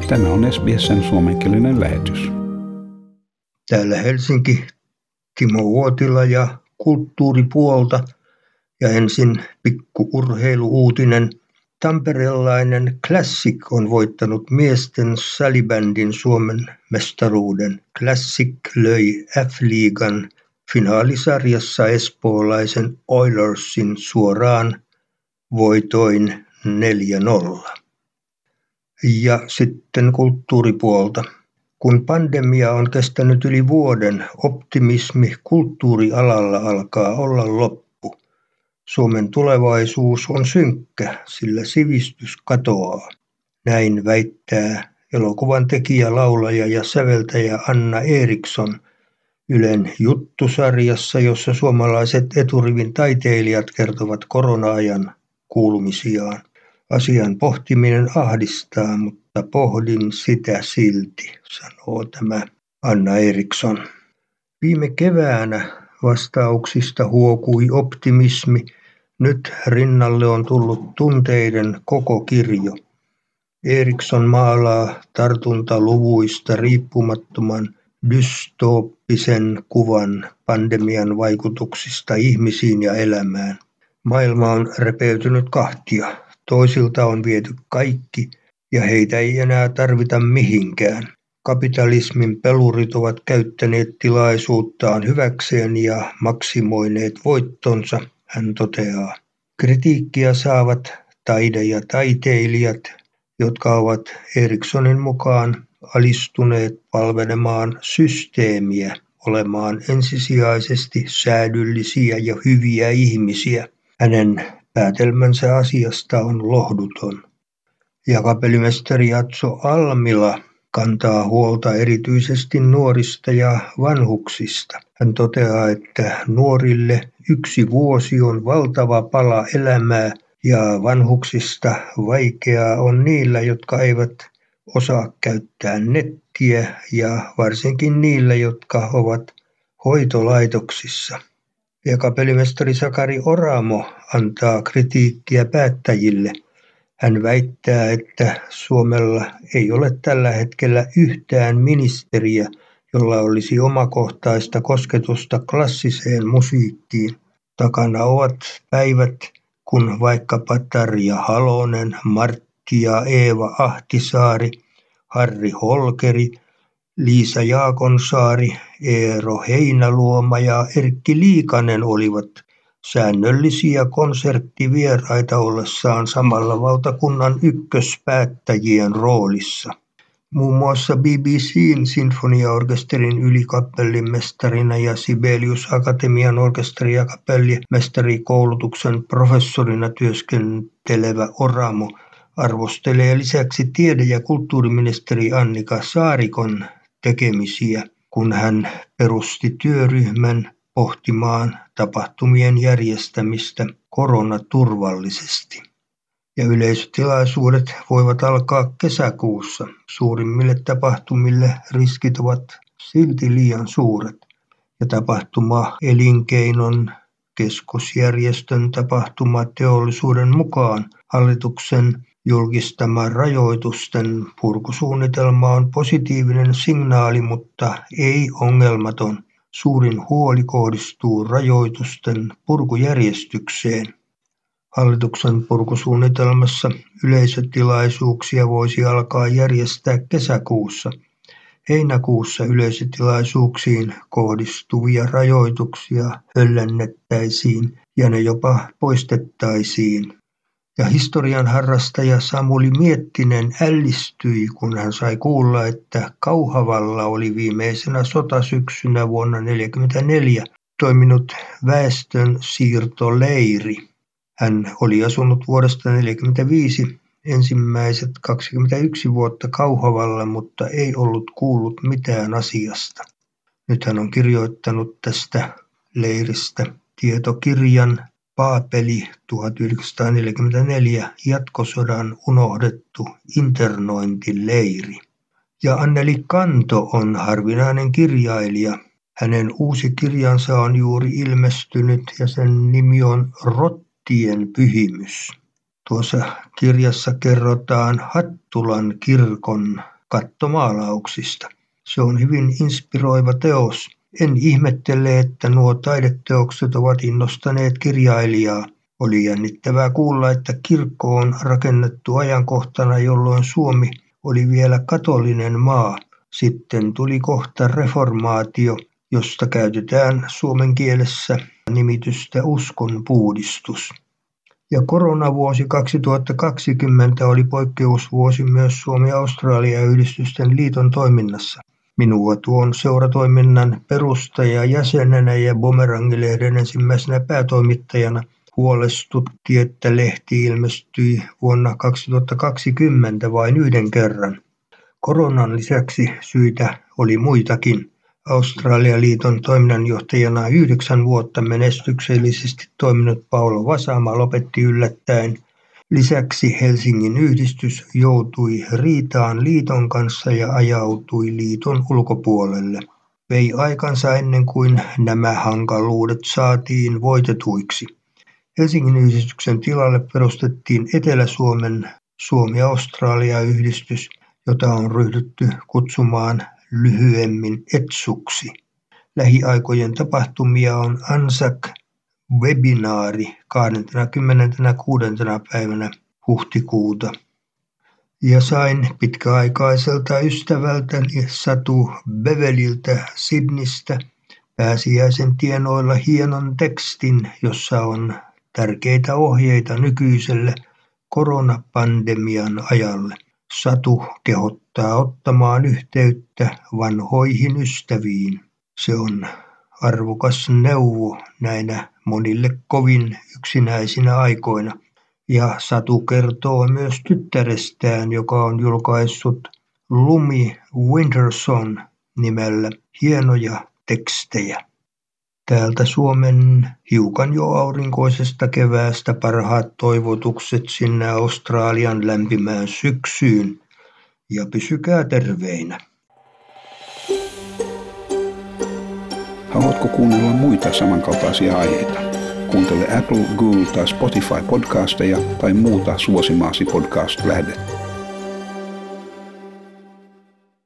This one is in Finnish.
Tämä on SBS:n suomenkielinen lähetys. Täällä Helsinki, Timo Uotila ja kulttuuripuolta. Ja ensin pikku urheiluuutinen. Tamperelainen Classic on voittanut miesten salibändin Suomen mestaruuden. Classic löi F-liigan finaalisarjassa espoolaisen Oilersin suoraan voitoin 4-0. Ja sitten kulttuuripuolta. Kun pandemia on kestänyt yli vuoden, optimismi kulttuurialalla alkaa olla loppu. Suomen tulevaisuus on synkkä, sillä sivistys katoaa. Näin väittää elokuvan tekijä, laulaja ja säveltäjä Anna Eriksson Ylen juttusarjassa, jossa suomalaiset eturivin taiteilijat kertovat korona-ajan kuulumisiaan. Asian pohtiminen ahdistaa, mutta pohdin sitä silti, sanoo tämä Anna Eriksson. Viime keväänä vastauksista huokui optimismi. Nyt rinnalle on tullut tunteiden koko kirjo. Eriksson maalaa tartuntaluvuista riippumattoman dystooppisen kuvan pandemian vaikutuksista ihmisiin ja elämään. Maailma on repeytynyt kahtia. Toisilta on viety kaikki ja heitä ei enää tarvita mihinkään. Kapitalismin pelurit ovat käyttäneet tilaisuuttaan hyväkseen ja maksimoineet voittonsa, hän toteaa. Kritiikkiä saavat taide- ja taiteilijat, jotka ovat Erikssonin mukaan alistuneet palvelemaan systeemiä, olemaan ensisijaisesti säädyllisiä ja hyviä ihmisiä. Hänen päätelmänsä asiasta on lohduton. Ja kapellimestari Atso Almila kantaa huolta erityisesti nuorista ja vanhuksista. Hän toteaa, että nuorille 1 vuosi on valtava pala elämää ja vanhuksista vaikeaa on niillä, jotka eivät osaa käyttää nettiä ja varsinkin niillä, jotka ovat hoitolaitoksissa. Ja kapellimestari Sakari Oramo antaa kritiikkiä päättäjille. Hän väittää, että Suomella ei ole tällä hetkellä yhtään ministeriä, jolla olisi omakohtaista kosketusta klassiseen musiikkiin. Takana ovat päivät, kun vaikkapa Tarja Halonen, Martti ja Eeva Ahtisaari, Harri Holkeri, Liisa Jaakonsaari, Eero Heinäluoma ja Erkki Liikanen olivat säännöllisiä konserttivieraita ollessaan samalla valtakunnan ykköspäättäjien roolissa. Muun muassa BBC:n sinfoniaorkesterin ylikapellimestarina ja Sibelius Akatemian orkesteri- ja kapellimestarikoulutuksen professorina työskentelevä Oramo arvostelee lisäksi tiede- ja kulttuuriministeri Annika Saarikon tekemisiä, kun hän perusti työryhmän pohtimaan tapahtumien järjestämistä koronaturvallisesti. Ja yleisötilaisuudet voivat alkaa kesäkuussa. Suurimmille tapahtumille riskit ovat silti liian suuret. Ja tapahtuma-elinkeinon keskusjärjestön tapahtumateollisuuden mukaan hallituksen julkistama rajoitusten purkusuunnitelma on positiivinen signaali, mutta ei ongelmaton. Suurin huoli kohdistuu rajoitusten purkujärjestykseen. Hallituksen purkusuunnitelmassa yleisötilaisuuksia voisi alkaa järjestää kesäkuussa. Heinäkuussa yleisötilaisuuksiin kohdistuvia rajoituksia höllännettäisiin ja ne jopa poistettaisiin. Ja historian harrastaja Samuli Miettinen ällistyi, kun hän sai kuulla, että Kauhavalla oli viimeisenä sotasyksynä vuonna 1944 toiminut väestön siirtoleiri. Hän oli asunut vuodesta 1945 ensimmäiset 21 vuotta Kauhavalla, mutta ei ollut kuullut mitään asiasta. Nyt hän on kirjoittanut tästä leiristä tietokirjan Paapeli 1944, jatkosodan unohdettu internointileiri. Ja Anneli Kanto on harvinainen kirjailija. Hänen uusi kirjansa on juuri ilmestynyt ja sen nimi on Rottien pyhimys. Tuossa kirjassa kerrotaan Hattulan kirkon kattomaalauksista. Se on hyvin inspiroiva teos. En ihmettele, että nuo taideteokset ovat innostaneet kirjailijaa. Oli jännittävää kuulla, että kirkko on rakennettu ajankohtana, jolloin Suomi oli vielä katolinen maa. Sitten tuli kohta reformaatio, josta käytetään suomen kielessä nimitystä uskonpuhdistus. Ja koronavuosi 2020 oli poikkeusvuosi myös Suomi-Australia-yhdistysten liiton toiminnassa. Minua tuon seuratoiminnan perustajajäsenenä ja Boomerang-lehden ensimmäisenä päätoimittajana huolestutti, että lehti ilmestyi vuonna 2020 vain yhden kerran. Koronan lisäksi syitä oli muitakin. Australia-liiton toiminnanjohtajana 9 vuotta menestyksellisesti toiminut Paulo Vasama lopetti yllättäen. Lisäksi Helsingin yhdistys joutui riitaan liiton kanssa ja ajautui liiton ulkopuolelle. Vei aikansa ennen kuin nämä hankaluudet saatiin voitetuiksi. Helsingin yhdistyksen tilalle perustettiin Etelä-Suomen Suomi-Australia-yhdistys, jota on ryhdytty kutsumaan lyhyemmin ETSUksi. Lähiaikojen tapahtumia on ANZAC-webinaari 26. päivänä huhtikuuta. Ja sain pitkäaikaiselta ystävältäni Satu Beveliltä Sydneystä pääsiäisen tienoilla hienon tekstin, jossa on tärkeitä ohjeita nykyiselle koronapandemian ajalle. Satu kehottaa ottamaan yhteyttä vanhoihin ystäviin. Se on arvokas neuvo näinä monille kovin yksinäisinä aikoina. Ja Satu kertoo myös tyttärestään, joka on julkaissut Lumi Winterson nimellä hienoja tekstejä. Täältä Suomen hiukan jo aurinkoisesta keväästä parhaat toivotukset sinne Australian lämpimään syksyyn ja pysykää terveinä. Haluatko kuunnella muita samankaltaisia aiheita? Kuuntele Apple, Google tai Spotify podcasteja tai muuta suosimaasi podcast-lähdettä.